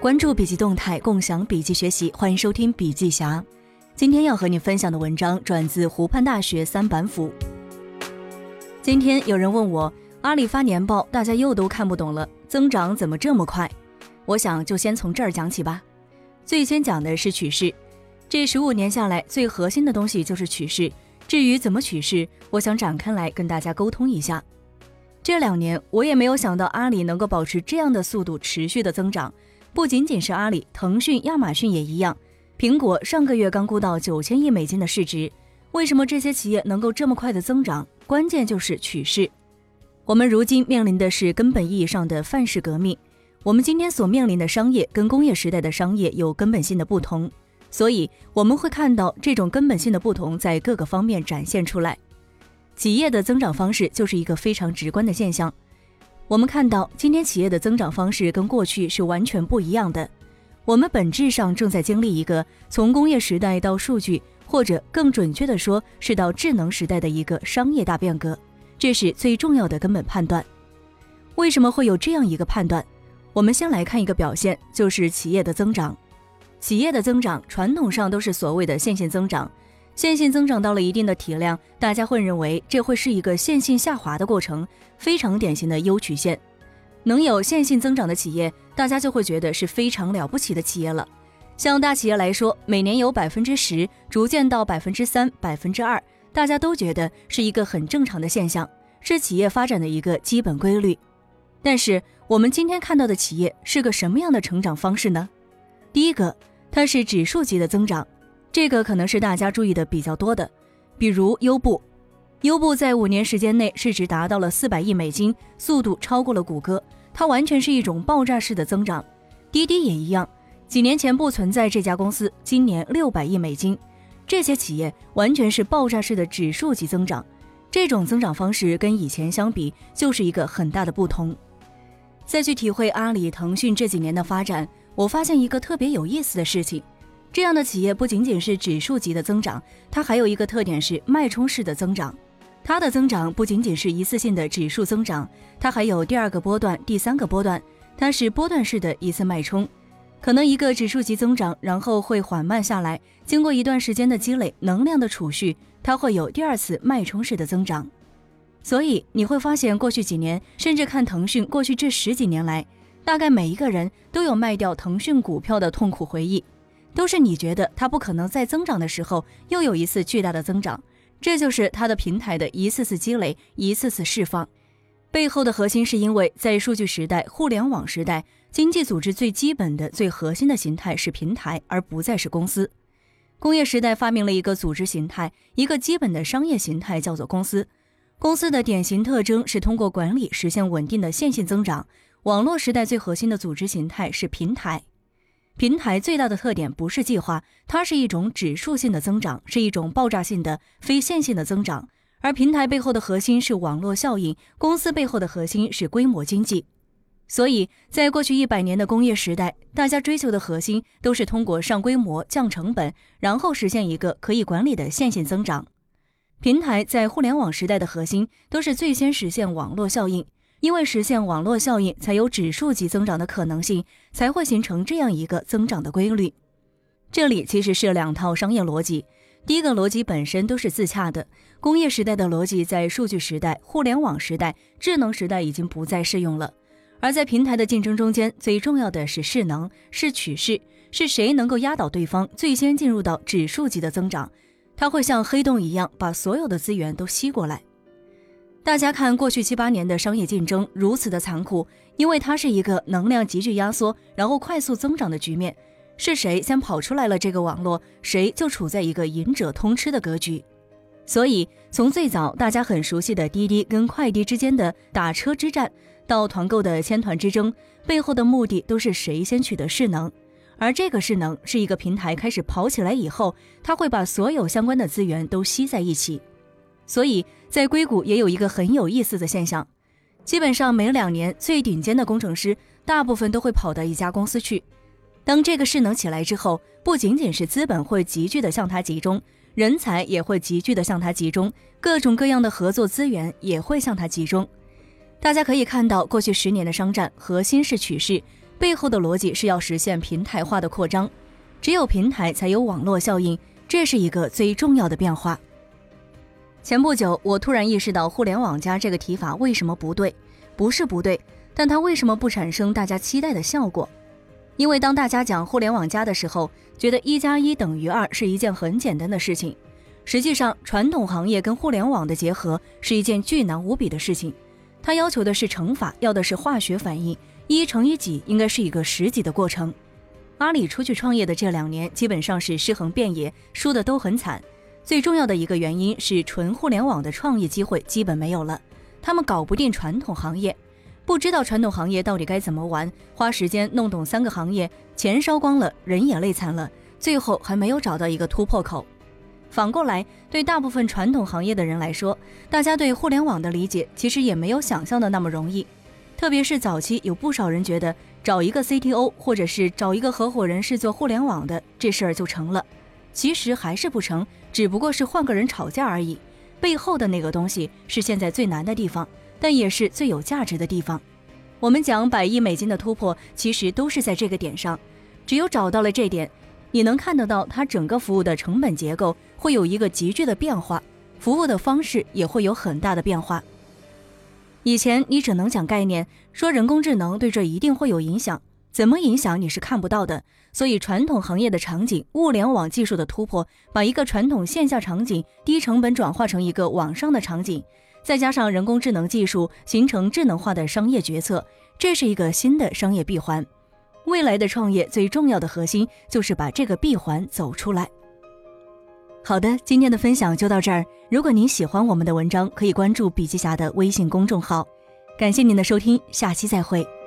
关注笔记动态，共享笔记学习，欢迎收听笔记侠。今天要和你分享的文章转自湖畔大学三板斧。今天有人问我，阿里发年报大家又都看不懂了，增长怎么这么快？我想就先从这儿讲起吧。最先讲的是取势，这15年下来最核心的东西就是取势。至于怎么取势，我想展开来跟大家沟通一下。这2年我也没有想到阿里能够保持这样的速度持续的增长，不仅仅是阿里，腾讯、亚马逊也一样。苹果上个月刚估到9000亿美金的市值，为什么这些企业能够这么快的增长？关键就是取势。我们如今面临的是根本意义上的范式革命，我们今天所面临的商业跟工业时代的商业有根本性的不同，所以我们会看到这种根本性的不同在各个方面展现出来。企业的增长方式就是一个非常直观的现象。我们看到今天企业的增长方式跟过去是完全不一样的。我们本质上正在经历一个从工业时代到数据，或者更准确的说是到智能时代的一个商业大变革，这是最重要的根本判断。为什么会有这样一个判断？我们先来看一个表现，就是企业的增长。企业的增长传统上都是所谓的线性增长，线性增长到了一定的体量，大家会认为这会是一个线性下滑的过程，非常典型的 U 曲线。能有线性增长的企业，大家就会觉得是非常了不起的企业了。像大企业来说，每年有 10%， 逐渐到 3%、2%， 大家都觉得是一个很正常的现象，是企业发展的一个基本规律。但是我们今天看到的企业是个什么样的成长方式呢？第一个，它是指数级的增长，这个可能是大家注意的比较多的，比如优步。优步在5年时间内市值达到了400亿美金，速度超过了谷歌，它完全是一种爆炸式的增长。滴滴也一样，几年前不存在这家公司，今年600亿美金，这些企业完全是爆炸式的指数级增长。这种增长方式跟以前相比，就是一个很大的不同。再去体会阿里、腾讯这几年的发展，我发现一个特别有意思的事情。这样的企业不仅仅是指数级的增长，它还有一个特点是脉冲式的增长。它的增长不仅仅是一次性的指数增长，它还有第2个波段、第3个波段，它是波段式的一次脉冲。可能一个指数级增长，然后会缓慢下来，经过一段时间的积累、能量的储蓄，它会有第2次脉冲式的增长。所以你会发现过去几年，甚至看腾讯过去这10几年来，大概每一个人都有卖掉腾讯股票的痛苦回忆，都是你觉得它不可能再增长的时候，又有一次巨大的增长。这就是它的平台的一次次积累，一次次释放。背后的核心是因为在数据时代、互联网时代，经济组织最基本的、最核心的形态是平台，而不再是公司。工业时代发明了一个组织形态，一个基本的商业形态叫做公司。公司的典型特征是通过管理实现稳定的线性增长。网络时代最核心的组织形态是平台。平台最大的特点不是计划，它是一种指数性的增长，是一种爆炸性的非线性的增长。而平台背后的核心是网络效应，公司背后的核心是规模经济。所以在过去100年的工业时代，大家追求的核心都是通过上规模、降成本，然后实现一个可以管理的线性增长。平台在互联网时代的核心都是最先实现网络效应，因为实现网络效应才有指数级增长的可能性，才会形成这样一个增长的规律。这里其实是2套商业逻辑，第一个逻辑本身都是自洽的，工业时代的逻辑在数据时代、互联网时代、智能时代已经不再适用了。而在平台的竞争中间，最重要的是势能，是取势，是谁能够压倒对方，最先进入到指数级的增长，它会像黑洞一样把所有的资源都吸过来。大家看过去7、8年的商业竞争如此的残酷，因为它是一个能量急剧压缩，然后快速增长的局面，是谁先跑出来了这个网络，谁就处在一个赢者通吃的格局。所以从最早大家很熟悉的滴滴跟快滴之间的打车之战，到团购的千团之争，背后的目的都是谁先取得势能。而这个势能是一个平台开始跑起来以后，它会把所有相关的资源都吸在一起。所以在硅谷也有一个很有意思的现象，基本上每2年最顶尖的工程师大部分都会跑到一家公司去。当这个势能起来之后，不仅仅是资本会急剧的向它集中，人才也会急剧的向它集中，各种各样的合作资源也会向它集中。大家可以看到过去10年的商战核心是取势， 背后的逻辑是要实现平台化的扩张，只有平台才有网络效应，这是一个最重要的变化。前不久，我突然意识到互联网加这个提法为什么不对，不是不对，但它为什么不产生大家期待的效果？因为当大家讲互联网加的时候，觉得1+1等于2是一件很简单的事情。实际上，传统行业跟互联网的结合是一件巨难无比的事情，它要求的是乘法，要的是化学反应，1乘以几应该是一个10几的过程。阿里出去创业的这2年基本上是尸横遍野，输的都很惨。最重要的一个原因是纯互联网的创业机会基本没有了，他们搞不定传统行业，不知道传统行业到底该怎么玩，花时间弄懂3个行业，钱烧光了，人也累惨了，最后还没有找到一个突破口。反过来，对大部分传统行业的人来说，大家对互联网的理解其实也没有想象的那么容易。特别是早期有不少人觉得找一个 CTO 或者是找一个合伙人是做互联网的，这事儿就成了。其实还是不成，只不过是换个人吵架而已。背后的那个东西是现在最难的地方，但也是最有价值的地方。我们讲100亿美金的突破，其实都是在这个点上。只有找到了这点，你能看得到它整个服务的成本结构会有一个急剧的变化，服务的方式也会有很大的变化。以前你只能讲概念，说人工智能对这一定会有影响，怎么影响你是看不到的。所以传统行业的场景，物联网技术的突破，把一个传统线下场景低成本转化成一个网上的场景，再加上人工智能技术形成智能化的商业决策，这是一个新的商业闭环。未来的创业最重要的核心就是把这个闭环走出来。好的，今天的分享就到这儿。如果您喜欢我们的文章，可以关注笔记侠的微信公众号。感谢您的收听，下期再会。